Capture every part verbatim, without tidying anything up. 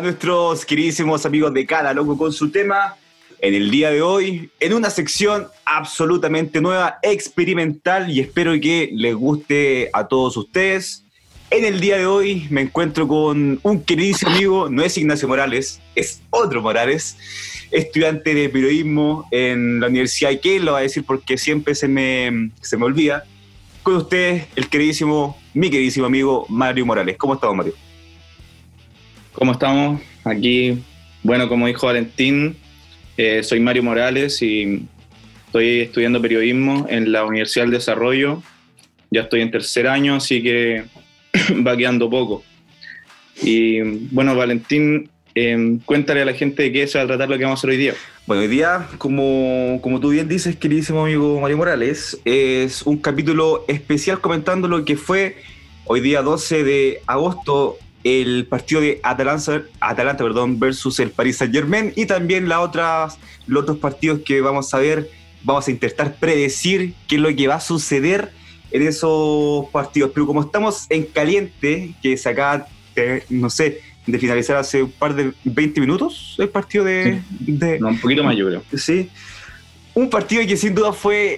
a nuestros queridísimos amigos de Cada Loco con su tema. En el día de hoy, en una sección absolutamente nueva, experimental, y espero que les guste a todos ustedes. En el día de hoy me encuentro con un queridísimo amigo, no es Ignacio Morales, es otro Morales, estudiante de periodismo en la Universidad Ikeil, lo voy a decir porque siempre se me, se me olvida. Con ustedes, el queridísimo, mi queridísimo amigo Mario Morales. ¿Cómo estamos, Mario? ¿Cómo estamos? Aquí, bueno, como dijo Valentín, eh, soy Mario Morales y estoy estudiando periodismo en la Universidad del Desarrollo. Ya estoy en tercer año, así que va quedando poco. Y bueno, Valentín, eh, cuéntale a la gente de qué se va a tratar lo que vamos a hacer hoy día. Bueno, hoy día, como, como tú bien dices, queridísimo amigo Mario Morales, es un capítulo especial comentando lo que fue hoy día doce de agosto el partido de Atalanta, Atalanta perdón, versus el Paris Saint-Germain, y también la otras, los otros partidos que vamos a ver. Vamos a intentar predecir qué es lo que va a suceder en esos partidos. Pero como estamos en caliente, que se acaba, de, no sé, de finalizar hace un par de veinte minutos el partido de... Sí. de no, un poquito más, yo creo. Sí. Un partido que sin duda fue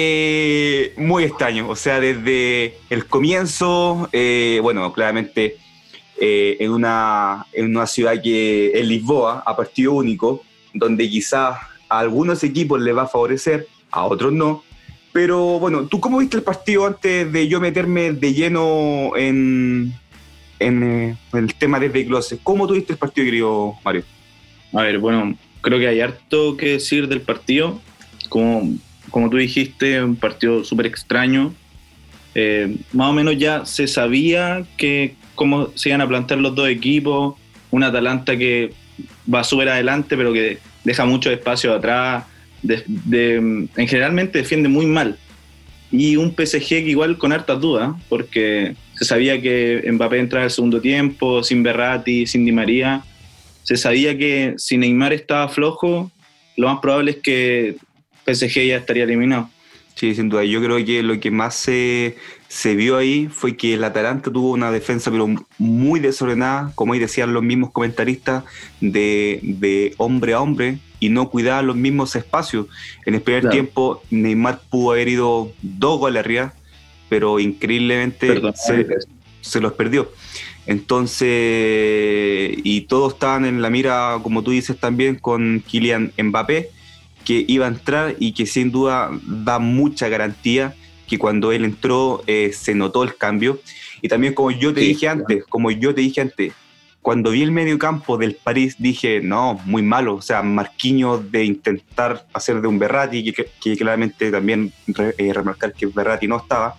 eh, muy extraño. O sea, desde el comienzo, eh, bueno, claramente eh, en, una, en una ciudad que es Lisboa, a partido único, donde quizás a algunos equipos les va a favorecer, a otros no. Pero bueno, ¿tú cómo viste el partido antes de yo meterme de lleno en, en, eh, en el tema de desglose? ¿Cómo tuviste el partido, querido Mario? A ver, bueno, creo que hay harto que decir del partido. Como, como tú dijiste, un partido súper extraño. Eh, más o menos ya se sabía que cómo se iban a plantear los dos equipos. Un Atalanta que va súper adelante, pero que deja mucho espacio atrás. De, de, en generalmente defiende muy mal. Y un P S G que igual con hartas dudas, porque se sabía que Mbappé entraba al segundo tiempo, sin Verratti, sin Di María. Se sabía que si Neymar estaba flojo, lo más probable es que P S G ya estaría eliminado. Sí, sin duda. Yo creo que lo que más se, se vio ahí fue que el Atalanta tuvo una defensa pero muy desordenada, como ahí decían los mismos comentaristas, de, de hombre a hombre, y no cuidaba los mismos espacios. En el primer claro. tiempo Neymar pudo haber ido dos goles arriba, pero increíblemente Perdón, se, se los perdió. Entonces, y todos estaban en la mira, como tú dices también, con Kylian Mbappé, que iba a entrar y que sin duda da mucha garantía que cuando él entró eh, se notó el cambio. Y también como yo te sí, dije antes, claro. como yo te dije antes, cuando vi el mediocampo del París dije, no, muy malo. O sea, Marquinhos de intentar hacer de un Verratti, que, que claramente también re, eh, remarcar que Verratti no estaba.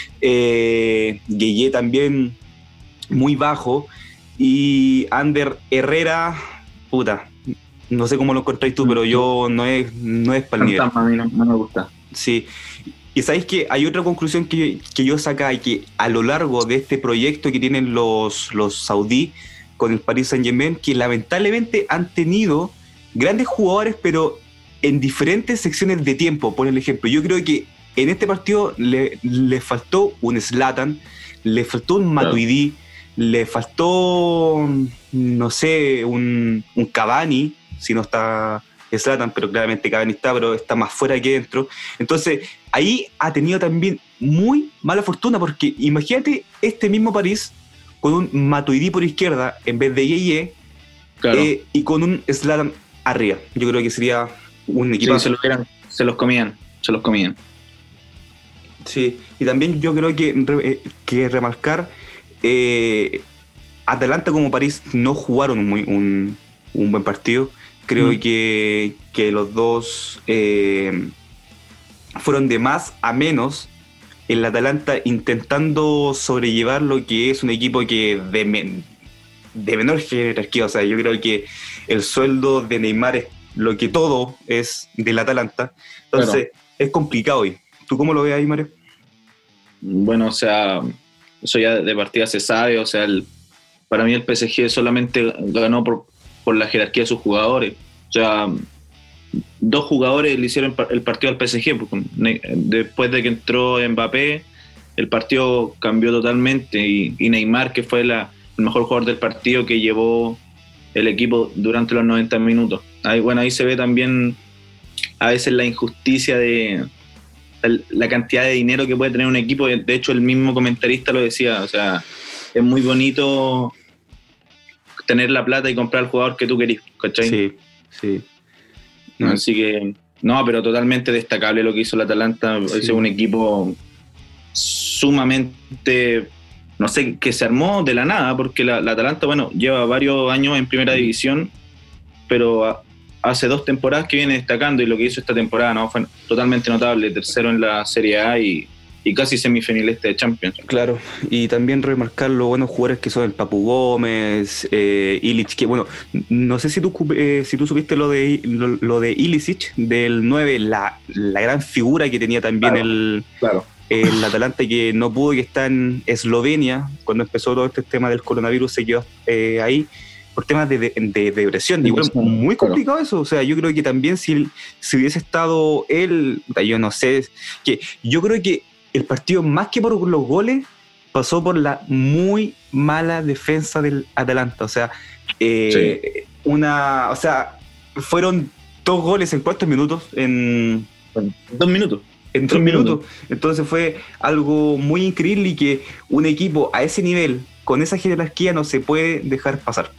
Eh, Gueye también muy bajo. Y Ander Herrera, puta, no sé cómo lo encontráis tú, pero yo no es, no es para el nivel. A mí no, no me gusta. Sí. Y sabéis que hay otra conclusión que, que yo saca, y que a lo largo de este proyecto que tienen los, los saudíes con el Paris Saint-Germain, que lamentablemente han tenido grandes jugadores, pero en diferentes secciones de tiempo. Por el ejemplo, yo creo que en este partido le, le faltó un Zlatan, le faltó un Matuidi, claro. le faltó, no sé, un, un Cavani, si no está Zlatan, pero claramente Cavani está, pero está más fuera que dentro. Entonces, ahí ha tenido también muy mala fortuna, porque imagínate este mismo París con un Matuidi por izquierda en vez de Gueye, claro. eh, y con un Zlatan arriba. Yo creo que sería un equipo. Sí, se, lo eran, se los comían, se los comían. Sí, y también yo creo que, eh, que remarcar, eh, Atalanta como París no jugaron muy, un, un buen partido. Creo mm. que, que los dos eh, fueron de más a menos. El Atalanta intentando sobrellevar lo que es un equipo que de, men, de menor jerarquía. O sea, yo creo que el sueldo de Neymar es lo que todo es del Atalanta. Entonces, claro. es complicado hoy. ¿Tú cómo lo ves ahí, Mario? Bueno, o sea, eso ya de partida se sabe. O sea, el, para mí el P S G solamente ganó por, por la jerarquía de sus jugadores. O sea, dos jugadores le hicieron el partido al P S G. Después de que entró Mbappé, el partido cambió totalmente. Y, y Neymar, que fue la, el mejor jugador del partido, que llevó el equipo durante los noventa minutos. Ahí, bueno, ahí se ve también a veces la injusticia de la cantidad de dinero que puede tener un equipo. De hecho, el mismo comentarista lo decía, o sea, es muy bonito tener la plata y comprar al jugador que tú querís, ¿cachai? Sí, sí. No. Así que, no, pero totalmente destacable lo que hizo el Atalanta. Sí. Es un equipo sumamente, no sé, que se armó de la nada, porque la, la Atalanta, bueno, lleva varios años en primera división, pero a, hace dos temporadas que viene destacando, y lo que hizo esta temporada, ¿no?, fue totalmente notable. Tercero en la Serie A y, y casi semifinalista de Champions. Claro, y también remarcar los buenos jugadores que son el Papu Gómez, eh, Illich, que bueno, no sé si tú, eh, si tú supiste lo de lo, lo de Ilicic, del nueve, la, la gran figura que tenía también claro, el, claro. el Atalanta, que no pudo, que está en Eslovenia, cuando empezó todo este tema del coronavirus se quedó eh, ahí, por temas de, de, de depresión. Y bueno, muy complicado, claro, eso. O sea, yo creo que también si, si hubiese estado él, yo no sé, que yo creo que el partido, más que por los goles, pasó por la muy mala defensa del Atalanta. O sea, eh, sí. una, o sea, fueron dos goles en cuántos minutos, en dos minutos. En dos minutos. Entonces fue algo muy increíble, y que un equipo a ese nivel, con esa jerarquía, no se puede dejar pasar.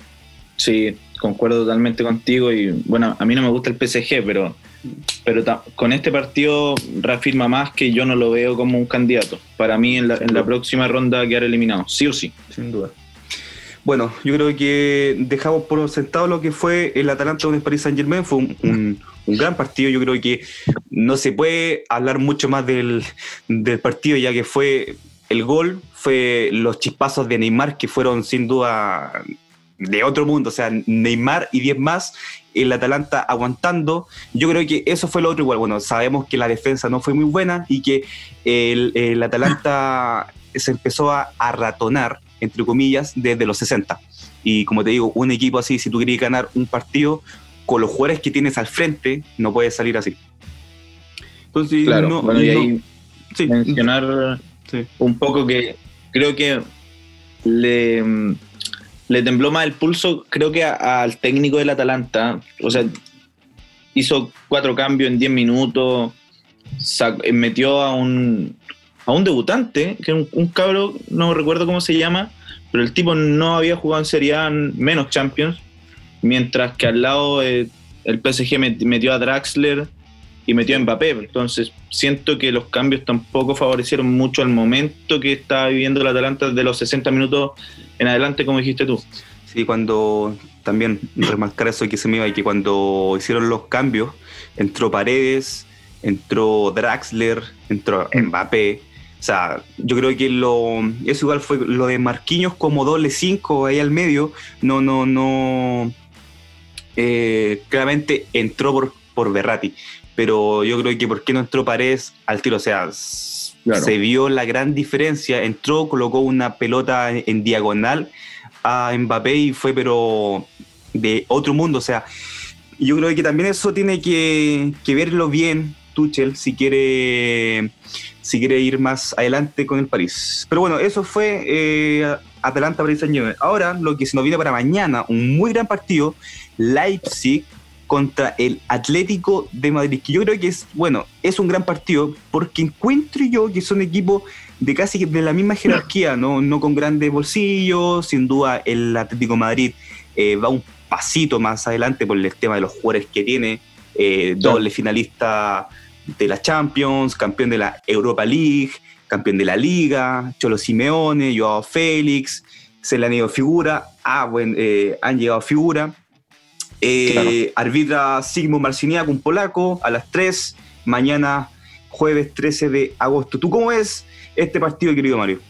Sí, concuerdo totalmente contigo. Y bueno, a mí no me gusta el P S G, pero, pero ta- con este partido reafirma más que yo no lo veo como un candidato. Para mí en la, en la próxima ronda quedar eliminado, sí o sí. Sin duda. Bueno, yo creo que dejamos por sentado lo que fue el Atalanta con el Paris Saint-Germain. Fue un, un, un gran partido. Yo creo que no se puede hablar mucho más del, del partido, ya que fue el gol, fue los chispazos de Neymar, que fueron sin duda de otro mundo. O sea, Neymar y diez más, el Atalanta aguantando. Yo creo que eso fue lo otro igual. Bueno, sabemos que la defensa no fue muy buena y que el, el Atalanta se empezó a, a ratonar, entre comillas, desde los sesenta. Y como te digo, un equipo así, si tú querías ganar un partido con los jugadores que tienes al frente, no puedes salir así. Entonces, claro, no, bueno, y no, ahí sí, mencionar sí. un poco que creo que le, le tembló más el pulso, creo que a, al técnico del Atalanta. O sea, hizo cuatro cambios en diez minutos, sacó, metió a un a un debutante, que es un, un cabro, no recuerdo cómo se llama, pero el tipo no había jugado en Serie A, menos Champions, mientras que al lado eh, el P S G metió a Draxler y metió a Mbappé. Entonces siento que los cambios tampoco favorecieron mucho al momento que estaba viviendo el Atalanta de los sesenta minutos en adelante, como dijiste tú. Sí, cuando también remarcar eso que se me iba, y que cuando hicieron los cambios, entró Paredes, entró Draxler, entró Mbappé. O sea, yo creo que lo, eso igual fue lo de Marquinhos como doble cinco ahí al medio. No, no, no. Eh, claramente entró por, por Verratti. Pero yo creo que ¿por qué no entró Paredes al tiro? O sea, claro, se vio la gran diferencia. Entró, colocó una pelota en, en diagonal a Mbappé y fue, pero de otro mundo. O sea, yo creo que también eso tiene que, que verlo bien Tuchel si quiere, si quiere ir más adelante con el París. Pero bueno, eso fue eh, Atalanta Paris Saint-Germain. Ahora, lo que se nos viene para mañana, un muy gran partido, Leipzig contra el Atlético de Madrid, que yo creo que es, bueno, es un gran partido, porque encuentro yo que son equipos de casi de la misma jerarquía, no, no con grandes bolsillos. Sin duda el Atlético de Madrid eh, va un pasito más adelante por el tema de los jugadores que tiene, eh, doble finalista de la Champions, campeón de la Europa League, campeón de la Liga, Cholo Simeone, Joao Félix, se le han ido figura, ah, bueno, eh, han llegado figura. Eh, claro. Arbitra Sigmund Marciniak, un polaco, a las tres, mañana jueves trece de agosto. ¿Tú cómo ves este partido, querido Mario?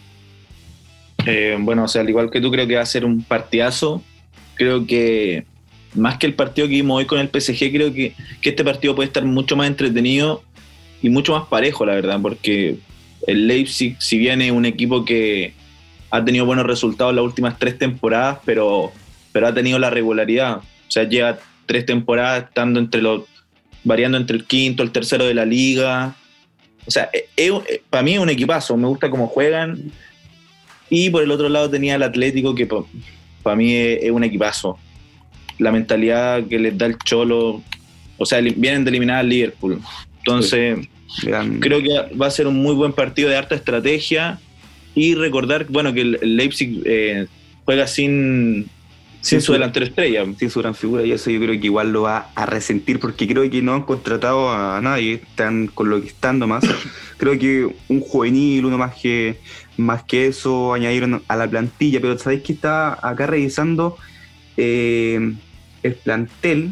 Eh, bueno, o sea, al igual que tú, creo que va a ser un partidazo. Creo que más que el partido que vimos hoy con el P S G, creo que, que este partido puede estar mucho más entretenido y mucho más parejo, la verdad, porque el Leipzig, si bien es un equipo que ha tenido buenos resultados las últimas tres temporadas, pero, pero ha tenido la regularidad. O sea, lleva tres temporadas estando entre los, variando entre el quinto, el tercero de la liga. O sea, es, es, para mí es un equipazo, me gusta cómo juegan. Y por el otro lado tenía el Atlético, que para mí es, es un equipazo. la mentalidad que les da el Cholo, o sea, vienen de eliminar al Liverpool. Entonces, sí. Gran... creo que va a ser un muy buen partido de harta estrategia y recordar, bueno, que el Leipzig eh, juega sin, sin su delantero estrella. Sin su gran figura, y eso yo creo que igual lo va a resentir porque creo que no han contratado a nadie, están con lo que están nomás. Creo que un juvenil, uno más que, más que eso, añadieron a la plantilla, pero ¿sabéis que estaba acá revisando eh, el plantel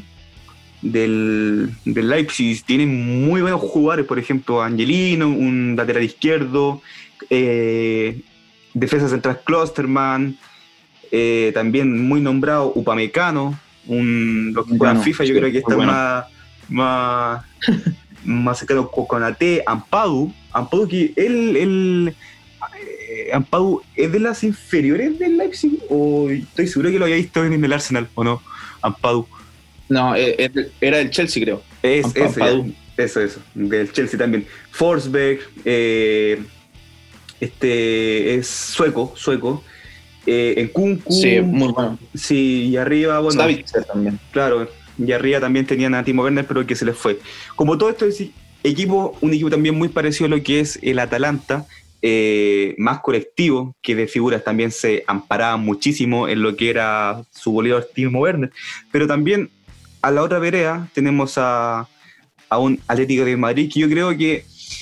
del, del Leipzig? Tienen muy buenos jugadores, por ejemplo, Angelino, un lateral izquierdo, eh, defensa central Klosterman, eh, también muy nombrado Upamecano, un, los que juegan FIFA, yo sí, creo que están bueno. más, más, más cercanos con A T, Ampadu, Ampadu que él, él eh, Ampadu es de las inferiores del Leipzig, o estoy seguro que lo había visto en el Arsenal, ¿o no? Ampadu. No, era del Chelsea, creo. Es, ese, ya, eso, eso, del Chelsea también. Forsberg, eh, este es sueco, sueco. Eh, en Kunku. Sí, muy bueno. Sí, y arriba, bueno. Savitzer también. Claro, y arriba también tenían a Timo Werner, pero que se les fue. Como todo esto es equipo, un equipo también muy parecido a lo que es el Atalanta, eh, más colectivo, que de figuras también se amparaba muchísimo en lo que era su goleador Timo Werner, pero también a la otra vereda tenemos a, a un Atlético de Madrid que yo creo que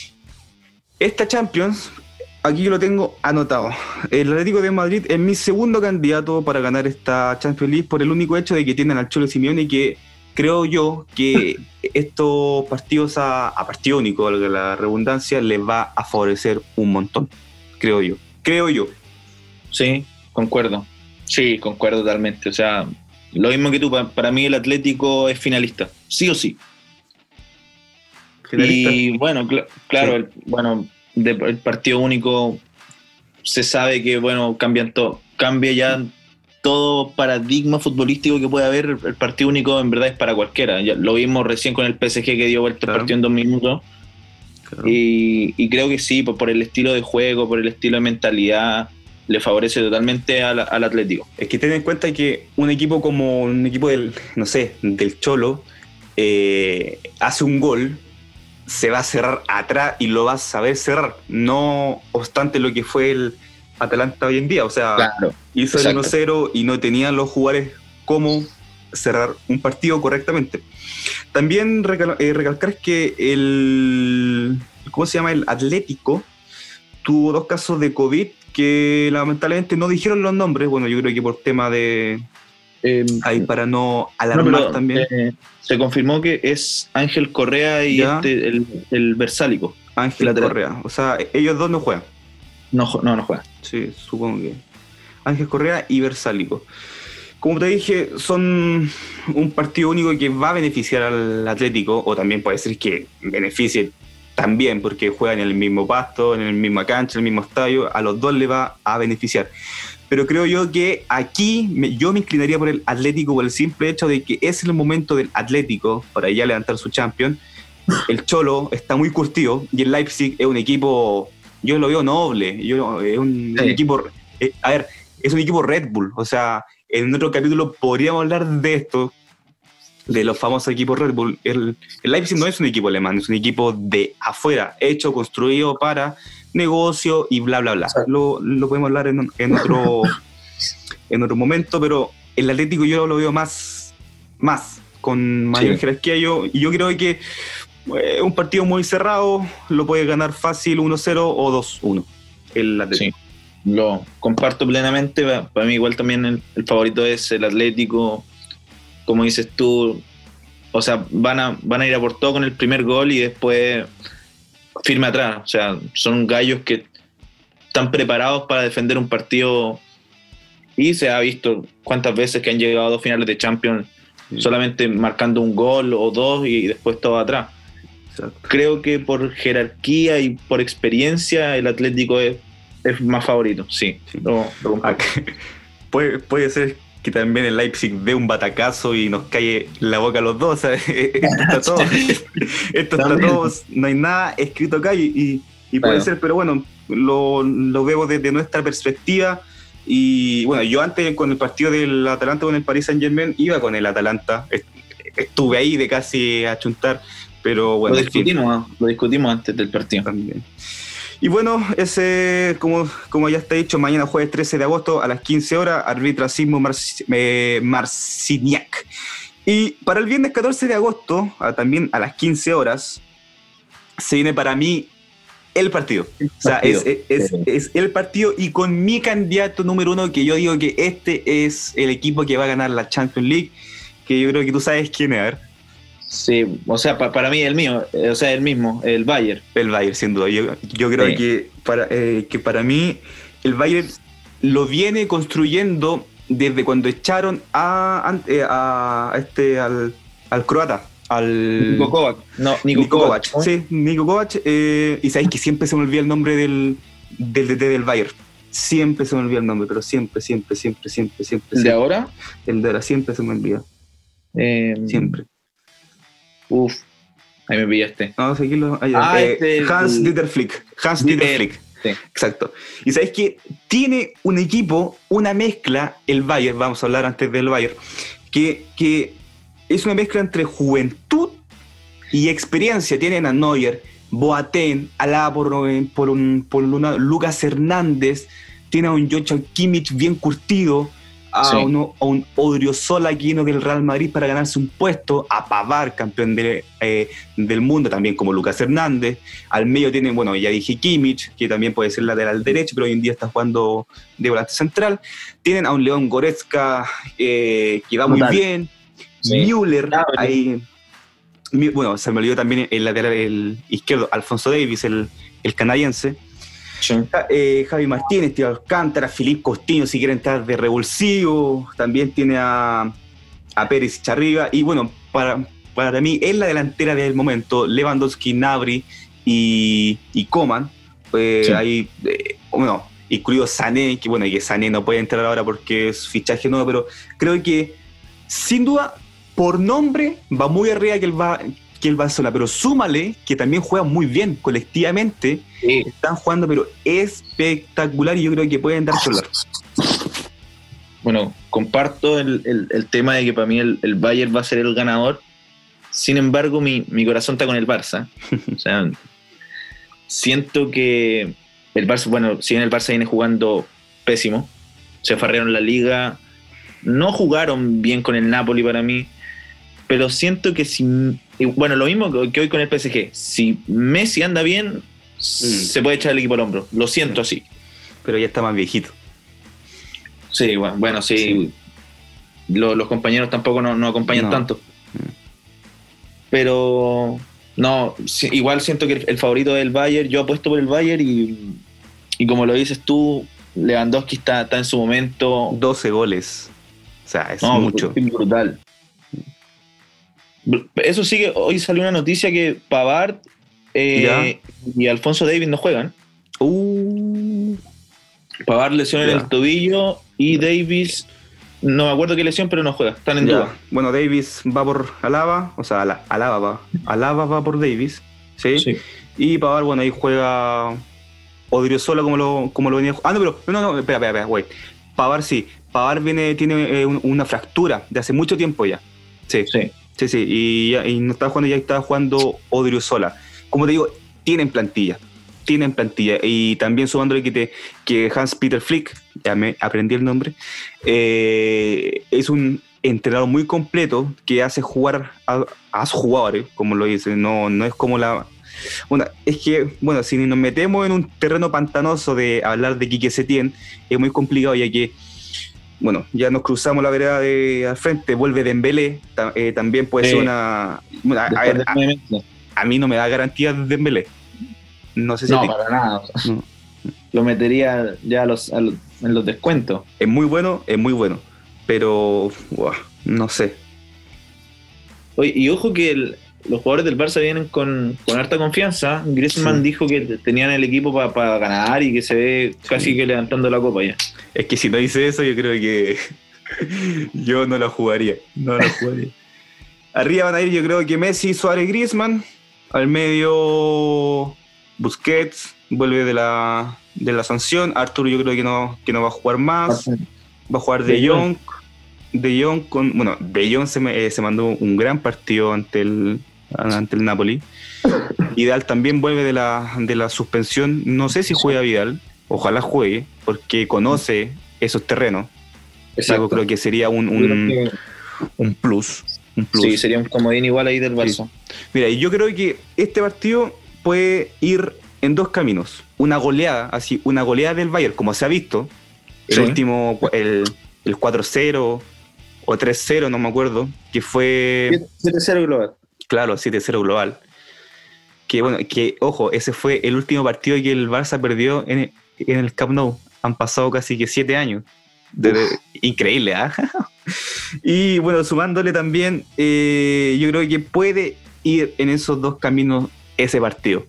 esta Champions, aquí yo lo tengo anotado, el Atlético de Madrid es mi segundo candidato para ganar esta Champions League por el único hecho de que tienen al Cholo Simeone, que creo yo que estos partidos a, a partido único, la redundancia, les va a favorecer un montón, creo yo, creo yo. Sí, concuerdo, sí, concuerdo totalmente, o sea... Lo mismo que tú, para mí el Atlético es finalista, sí o sí. ¿Finalista? Y bueno, cl- claro, sí. el, bueno, de, el partido único se sabe que bueno cambian todo, cambia ya todo paradigma futbolístico que puede haber. El partido único en verdad es para cualquiera. Ya lo vimos recién con el P S G que dio vuelta claro. el partido en dos minutos. Claro. Y, y creo que sí, por, por el estilo de juego, por el estilo de mentalidad, le favorece totalmente al, al Atlético. Es que ten en cuenta que un equipo como un equipo del, no sé, del Cholo, eh, hace un gol, se va a cerrar atrás y lo va a saber cerrar, no obstante lo que fue el Atalanta hoy en día. O sea, claro, hizo el uno cero y no tenían los jugadores cómo cerrar un partido correctamente. También recal- eh, recalcar que el, ¿cómo se llama? El Atlético tuvo dos casos de COVID que lamentablemente no dijeron los nombres. Bueno, yo creo que por tema de... Eh, ahí para no alarmar no, pero, también. Eh, se confirmó que es Ángel Correa y este, el, el Versálico. Ángel Correa. O sea, ellos dos no juegan. No, no, no juegan. Sí, supongo que. Ángel Correa y Versálico. Como te dije, son un partido único que va a beneficiar al Atlético, o también puede ser que beneficie también porque juegan en el mismo pasto, en el mismo cancha, en el mismo estadio. A los dos le va a beneficiar. Pero creo yo que aquí me, yo me inclinaría por el Atlético por el simple hecho de que es el momento del Atlético para ya levantar su Champions. El Cholo está muy curtido y el Leipzig es un equipo, yo lo veo noble, yo, es un, sí. un equipo, eh, a ver, es un equipo Red Bull. O sea, en otro capítulo podríamos hablar de esto, de los famosos equipos Red Bull. El, el Leipzig no es un equipo alemán, es un equipo de afuera, hecho, construido para negocio y bla, bla, bla. Lo, lo podemos hablar en, en, otro, en otro momento, pero el Atlético yo lo veo más, más con mayor sí. jerarquía. Yo, y yo creo que es eh, un partido muy cerrado, lo puede ganar fácil uno cero o dos uno el Atlético. Sí, lo comparto plenamente. Para mí igual también el, el favorito es el Atlético. Como dices tú, o sea, van a, van a ir a por todo con el primer gol y después firme atrás. O sea, son gallos que están preparados para defender un partido y se ha visto cuántas veces que han llegado a dos finales de Champions sí. solamente marcando un gol o dos y después todo atrás. Exacto. Creo que por jerarquía y por experiencia el Atlético es, es más favorito, sí. sí. Lo, lo puede, puede ser que también el Leipzig dé un batacazo y nos cae la boca a los dos, ¿sabes? Esto está todo, esto está todo, no hay nada escrito acá y, y, y puede claro. ser, pero bueno, lo, lo veo desde nuestra perspectiva. Y bueno, yo antes con el partido del Atalanta con el Paris Saint-Germain iba con el Atalanta. Estuve ahí de casi a chuntar, pero bueno. Lo discutimos, lo discutimos antes del partido. También. Y bueno, ese, como, como ya está dicho, mañana jueves trece de agosto a las quince horas, arbitra Simo Marci- eh, Marciniak. Y para el viernes catorce de agosto, a, también a las quince horas, se viene para mí el partido. El partido. O sea, es, es, es, es el partido y con mi candidato número uno, que yo digo que este es el equipo que va a ganar la Champions League, que yo creo que tú sabes quién es. A ver. Sí, o sea, pa, para mí el mío, o sea, el mismo, el Bayern. El Bayern, sin duda. Yo, yo creo sí. que, para, eh, que para mí el Bayern lo viene construyendo desde cuando echaron a, a, a este al, al croata, al Niko Kovac. No, Niko, Niko Kovac. Kovac. Sí, Niko Kovac. Eh, y sabéis que siempre se me olvida el nombre del del D T del Bayern. Siempre se me olvida el nombre, pero siempre, siempre, siempre, siempre, siempre. ¿El siempre. de ahora? El de ahora siempre se me olvida. Eh, siempre. Uf, ahí me pillaste. Vamos a seguirlo. Ah, ah, eh, este Hans el... Dieter Flick. Hans Dieter Flick. Sí. Exacto. Y sabes que tiene un equipo, una mezcla, el Bayern, vamos a hablar antes del Bayern, que, que es una mezcla entre juventud y experiencia. Tienen a Neuer, Boateng, Alaba por, por, un, por una, Lucas Hernández, tiene a un Joshua Kimmich bien curtido, a, sí. uno, a un Odriozola lleno del Real Madrid para ganarse un puesto, a Pavard, campeón de, eh, del mundo, también como Lucas Hernández. Al medio tienen, bueno, ya dije Kimmich, que también puede ser lateral derecho, pero hoy en día está jugando de volante central. Tienen a un León Goretzka, eh, que va Total. muy bien. Sí. Müller, ah, ahí, bueno, se me olvidó también el lateral el izquierdo, Alfonso Davies, el, el canadiense. Sí. Eh, Javi Martínez, Tío Alcántara, Filipe Coutinho, si quieren estar de revulsivo. También tiene a, a Pérez Charriga. Y bueno, para, para mí es la delantera del momento. Lewandowski, Gnabry y, y Coman. Pues sí. Ahí, eh, bueno, incluido Sané, que bueno, que Sané no puede entrar ahora porque es fichaje nuevo, pero creo que sin duda, por nombre, va muy arriba que el va. que el Barcelona, pero súmale que también juegan muy bien colectivamente, sí. Están jugando pero espectacular y yo creo que pueden darse hablar. Bueno, comparto el, el, el tema de que para mí el, el Bayern va a ser el ganador, sin embargo mi, mi corazón está con el Barça. O sea, siento que el Barça, bueno, si bien el Barça viene jugando pésimo, se farrearon la liga, no jugaron bien con el Napoli para mí, pero siento que si, bueno, lo mismo que hoy con el P S G, si Messi anda bien, mm. se puede echar el equipo al hombro, lo siento así. Pero ya está más viejito. Sí, bueno, bueno sí, sí. Los, los compañeros tampoco no, no acompañan no. tanto. Mm. Pero, no, sí, igual siento que el, el favorito es el Bayern, yo apuesto por el Bayern y, y como lo dices tú, Lewandowski está, está en su momento. doce goles, o sea, es no, mucho. Es brutal. Eso sí que hoy salió una noticia que Pavard eh, y Alfonso Davies no juegan. Uh, Pavard lesión ya. en el tobillo y Davies, no me acuerdo qué lesión, pero no juega, están en ya. duda. Bueno, Davies va por Alaba, o sea, Alaba va, Alaba va por Davies, ¿sí? sí. Y Pavard, bueno, ahí juega Odriozola como lo, como lo venía. Ah, no, pero no, no, espera, espera, espera, güey. Pavard sí, Pavard viene, tiene eh, un, una fractura de hace mucho tiempo ya. Sí. Sí. Sí, sí, y, y no estaba jugando, ya estaba jugando Odriozola. Como te digo, tienen plantilla, tienen plantilla. Y también sumándole que, te, que Hans-Peter Flick, ya me aprendí el nombre, eh, es un entrenador muy completo que hace jugar a, a sus jugadores, como lo dice, no, no es como la... Bueno, es que, bueno, si nos metemos en un terreno pantanoso de hablar de Quique Setién, es muy complicado ya que bueno, ya nos cruzamos la vereda de al frente, vuelve Dembélé, ta, eh, también puede sí. ser una... una a, ver, a, a mí no me da garantía de Dembélé. No sé si... No, te... para nada. No. Lo metería ya a los, a los, en los descuentos. Es muy bueno, es muy bueno, pero wow, no sé. Oye, y ojo que el, los jugadores del Barça vienen con, con harta confianza. Griezmann sí. dijo que tenían el equipo para pa ganar y que se ve casi sí. que levantando la copa ya. Es que si no dice eso, yo creo que yo no lo jugaría. No lo jugaría. Arriba van a ir, yo creo que Messi, Suárez, Griezmann. Al medio, Busquets, vuelve de la, de la sanción. Arthur yo creo que no, que no va a jugar más. Va a jugar De Jong. De Jong con. Bueno, De Jong se, me, eh, se mandó un gran partido ante el, ante el Napoli. Vidal también vuelve de la, de la suspensión. No sé si juega Vidal. Ojalá juegue, porque conoce esos terrenos. Yo creo que sería un, un, que... un, plus, un plus. Sí, sería un comodín igual ahí del Barça. Sí. Mira, y yo creo que este partido puede ir en dos caminos. Una goleada, así, una goleada del Bayern, como se ha visto. El sí. último, el, el cuatro cero o tres cero, no me acuerdo, que fue... siete cero global. Claro, siete cero global. Que bueno, que ojo, ese fue el último partido que el Barça perdió en, en el Camp Nou. Han pasado casi que siete años. De, de, increíble, ¿ah? ¿eh? Y bueno, sumándole también, eh, yo creo que puede ir en esos dos caminos ese partido.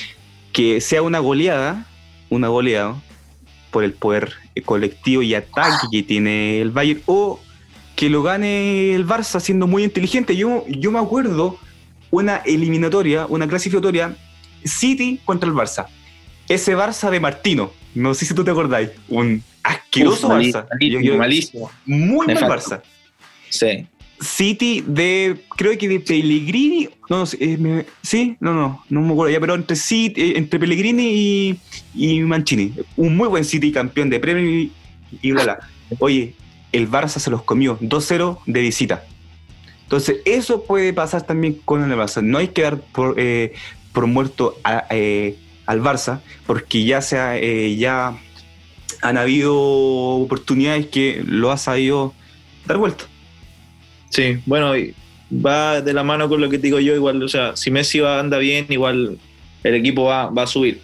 Que sea una goleada, una goleada por el poder colectivo y ataque que tiene el Bayern, o que lo gane el Barça siendo muy inteligente. Yo, yo me acuerdo una eliminatoria, una clasificatoria, City contra el Barça. Ese Barça de Martino, no sé si tú te acordáis, un asqueroso Uf, Barça. Malísimo, yo, yo, malísimo. Muy mal Barça. Sí. City de, creo que de Pellegrini, no, no eh, me, sí, no, no, no me acuerdo ya, pero entre City, eh, entre Pellegrini y, y Mancini. Un muy buen City, campeón de Premier y, y bla, bla. Oye, el Barça se los comió dos cero de visita. Entonces, eso puede pasar también con el Barça. No hay que dar por, eh, por muerto a, eh, al Barça, porque ya, sea, eh, ya han habido oportunidades que lo ha sabido dar vuelta. Sí, bueno, va de la mano con lo que te digo yo, igual, o sea, si Messi va, anda bien, igual el equipo va, va a subir.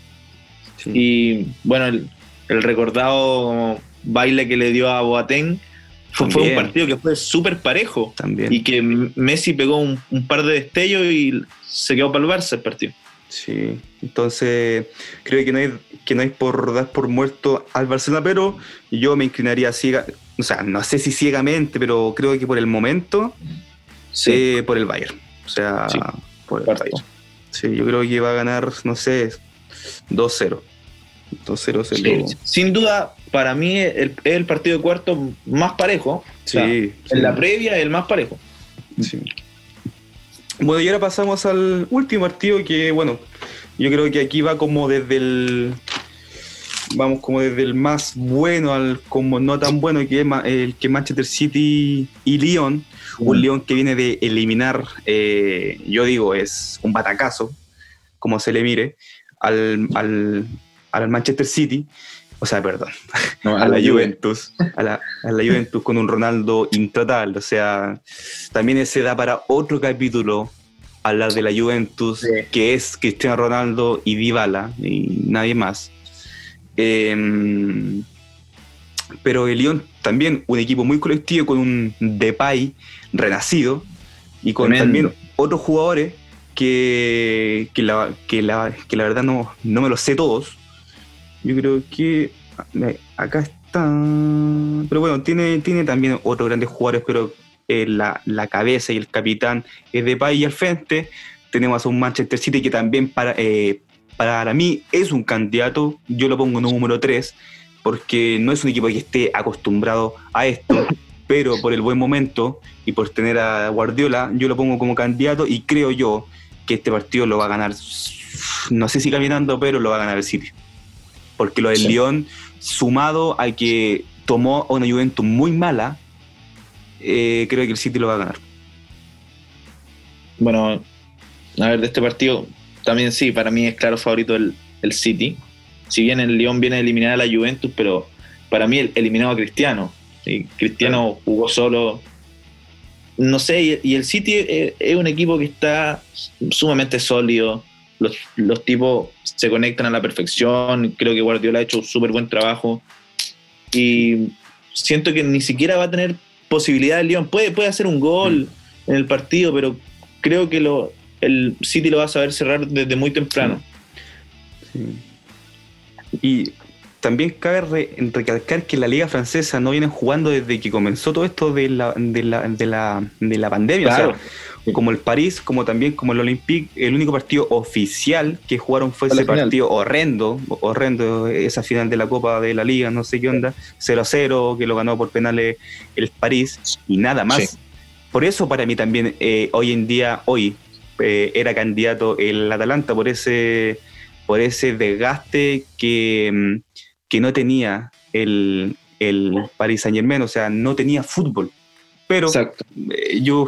Sí. Y bueno, el, el recordado baile que le dio a Boateng fue, fue un partido que fue súper parejo. También. Y que Messi pegó un, un par de destellos y se quedó para el Barça el partido. Sí, entonces creo que no hay que no hay por dar por muerto al Barcelona, pero yo me inclinaría ciega, o sea, no sé si ciegamente, pero creo que por el momento sí. eh, por el Bayern, o sea, sí. por el Parto. Bayern. Sí, yo creo que va a ganar, no sé, dos cero. dos cero sí. Sin duda, para mí es el, el partido de cuarto más parejo. Sí, o sea, sí. En la previa, el más parejo. Sí. Bueno, y ahora pasamos al último partido que, bueno, yo creo que aquí va como desde el... Vamos como desde el más bueno al como no tan bueno, que es el que Manchester City y Lyon. Mm. Un Lyon que viene de eliminar, eh, yo digo, es un batacazo, como se le mire, al, al, al Manchester City. O sea, perdón, no, a, a la Juventus, a la, a la Juventus con un Ronaldo intratable. O sea, también se da para otro capítulo hablar de la Juventus, sí. que es Cristiano Ronaldo y Dybala, y nadie más. Eh, pero el Lyon también, un equipo muy colectivo con un Depay renacido y con Tremendo. También otros jugadores que, que, la, que, la, que la verdad no, no me los sé todos. Yo creo que acá está, pero bueno, tiene, tiene también otros grandes jugadores, pero eh, la, la cabeza y el capitán es Depay, y al frente tenemos a un Manchester City que también para, eh, para mí es un candidato. Yo lo pongo número tres porque no es un equipo que esté acostumbrado a esto, pero por el buen momento y por tener a Guardiola, yo lo pongo como candidato y creo yo que este partido lo va a ganar, no sé si caminando, pero lo va a ganar el City. Porque lo del sí. Lyon, sumado a que tomó a una Juventus muy mala, eh, creo que el City lo va a ganar. Bueno, a ver, de este partido, también sí, para mí es claro favorito el, el City. Si bien el Lyon viene a eliminar a la Juventus, pero para mí eliminó a Cristiano. ¿Sí? Cristiano sí. jugó solo. No sé, y, y el City es, es un equipo que está sumamente sólido. Los, los tipos se conectan a la perfección. Creo que Guardiola ha hecho un súper buen trabajo y siento que ni siquiera va a tener posibilidad el Lyon. Puede, puede hacer un gol mm. en el partido, pero creo que lo, el City lo va a saber cerrar desde muy temprano. Sí. Sí. Y también cabe re, recalcar que la Liga Francesa no viene jugando desde que comenzó todo esto de la, de la, de la, de la pandemia. Claro. O sea, como el París, como también como el Olympique. El único partido oficial que jugaron fue ese partido horrendo, horrendo, esa final de la Copa de la Liga, no sé qué onda, cero a cero, que lo ganó por penales el París, y nada más. Sí. Por eso para mí también eh, hoy en día, hoy, eh, era candidato el Atalanta por ese, por ese desgaste que, que no tenía el, el Paris Saint-Germain, o sea, no tenía fútbol. Pero eh, yo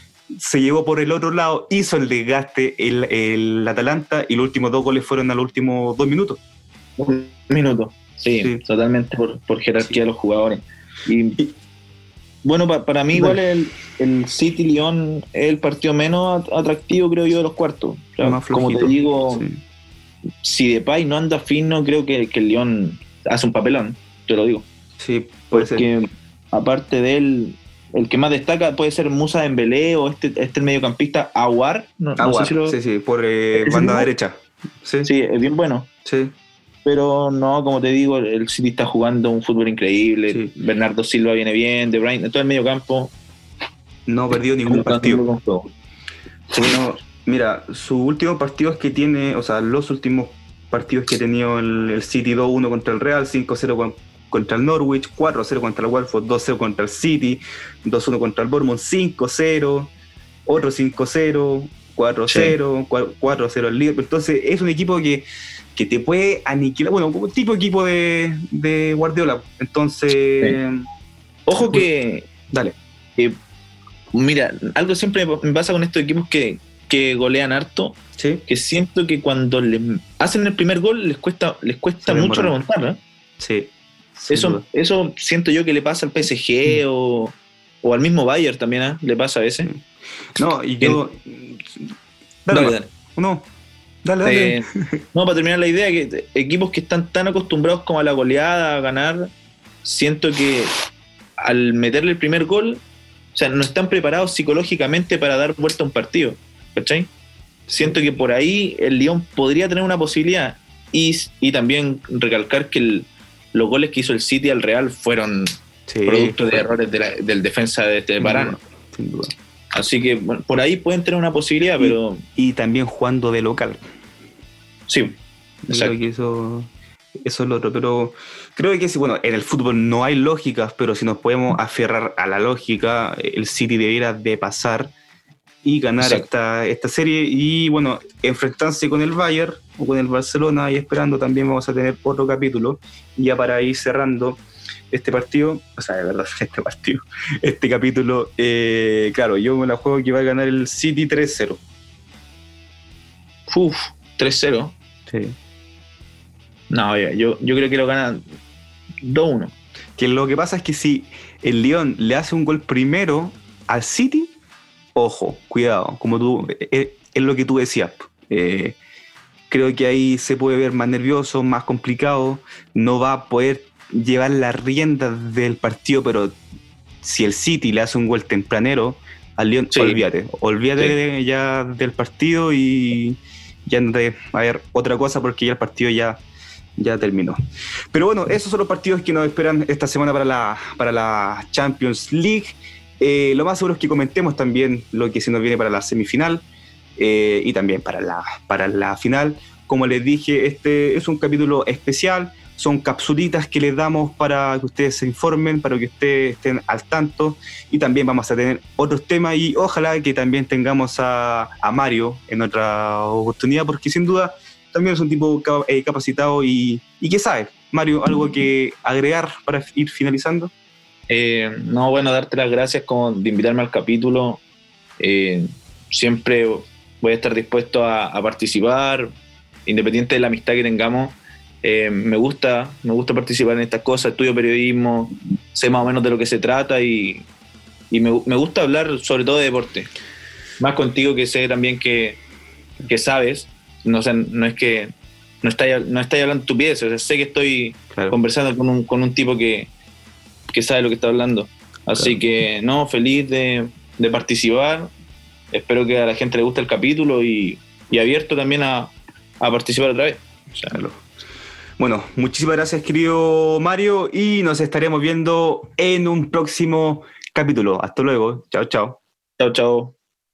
se llevó por el otro lado, hizo el desgaste el, el Atalanta, y los últimos dos goles fueron a los últimos dos minutos. Un minuto, sí, sí. Totalmente por, por jerarquía sí. de los jugadores. Y, y bueno, pa, para mí igual el, el City-Lyon es el partido menos atractivo, creo yo, de los cuartos. O sea, más como te digo, sí. si Depay no anda fino, creo que, que el Lyon hace un papelón, te lo digo. Sí, puede Porque ser. Aparte de él, el que más destaca puede ser Moussa Dembélé o este, este el mediocampista Aouar. No, Aouar, no sé si lo... sí, sí, por eh, banda derecha. Sí. sí, es bien bueno. Sí. Pero no, como te digo, el City está jugando un fútbol increíble. Sí. Bernardo Silva viene bien, De Bruyne, todo el mediocampo. No ha perdido ningún partido. Sí, no, mira, sus últimos partidos que tiene, o sea, los últimos partidos que ha tenido el, el City: dos uno contra el Real, cinco cero con contra el Norwich, cuatro cero contra el Watford, dos cero contra el City, dos uno contra el Bournemouth, cinco cero, otro cinco cero, cuatro cero, sí. cuatro cero el Liverpool. Entonces es un equipo que, que te puede aniquilar, bueno, como tipo equipo de, de Guardiola. Entonces, sí. Ojo que, dale. Eh, mira, algo siempre me pasa con estos equipos que, que golean harto, sí. que siento que cuando les hacen el primer gol les cuesta, les cuesta sí, mucho remontar, ¿eh? Sí. Eso, eso siento yo que le pasa al P S G mm. o, o al mismo Bayern también, ¿eh? Le pasa a veces. No, y yo... Dale, dale. dale. No, dale, dale. Eh, no, para terminar la idea, que equipos que están tan acostumbrados como a la goleada, a ganar, siento que al meterle el primer gol, o sea, no están preparados psicológicamente para dar vuelta a un partido, ¿cachai? Siento que por ahí el Lyon podría tener una posibilidad, y, y también recalcar que el los goles que hizo el City al Real fueron sí, producto fue. de errores de la, del defensa de este Varane. Sin duda. Así que bueno, por ahí pueden tener una posibilidad, y, pero... Y también jugando de local. Sí, exacto. Creo que eso, eso es lo otro. Pero creo que sí, bueno, en el fútbol no hay lógicas, pero si nos podemos aferrar a la lógica, el City debiera de pasar y ganar esta, esta serie, y bueno, enfrentarse con el Bayern o con el Barcelona, y esperando también vamos a tener otro capítulo ya para ir cerrando este partido, o sea, de verdad, este partido, este capítulo. Eh, claro, yo me la juego que va a ganar el City tres cero. Uf, tres cero. Sí. No, yo, yo creo que lo ganan dos uno. Que lo que pasa es que si el Lyon le hace un gol primero al City, ojo, cuidado, como tú, es, es lo que tú decías. Eh, creo que ahí se puede ver más nervioso, más complicado, no va a poder llevar las riendas del partido, pero si el City le hace un gol tempranero al Lyon, sí. olvídate, olvídate sí. ya del partido y ya no te va a haber otra cosa, porque ya el partido ya, ya terminó. Pero bueno, esos son los partidos que nos esperan esta semana para la, para la Champions League. Eh, lo más seguro es que comentemos también lo que se nos viene para la semifinal eh, y también para la, para la final. Como les dije, este es un capítulo especial, son capsulitas que les damos para que ustedes se informen, para que ustedes estén al tanto, y también vamos a tener otros temas, y ojalá que también tengamos a, a Mario en otra oportunidad, porque sin duda también es un tipo capacitado y, y que sabe. Mario, ¿algo que agregar para ir finalizando? Eh, no, bueno, darte las gracias como de invitarme al capítulo. Eh, siempre voy a estar dispuesto a, a participar, independiente de la amistad que tengamos. Eh, me gusta, me gusta participar en estas cosas, estudio periodismo, sé más o menos de lo que se trata, y, y me, me gusta hablar sobre todo de deporte. Más contigo, que sé también que, que sabes, no, sé, no es que no estáis no está hablando estupideces, o sea, sé que estoy claro. conversando con un, con un tipo que que sabe lo que está hablando. Así claro. que, no, feliz de, de participar. Espero que a la gente le guste el capítulo, y, y abierto también a, a participar otra vez. O sea, claro. Bueno, muchísimas gracias, querido Mario, y nos estaremos viendo en un próximo capítulo. Hasta luego. Chao, chao. Chao, chao.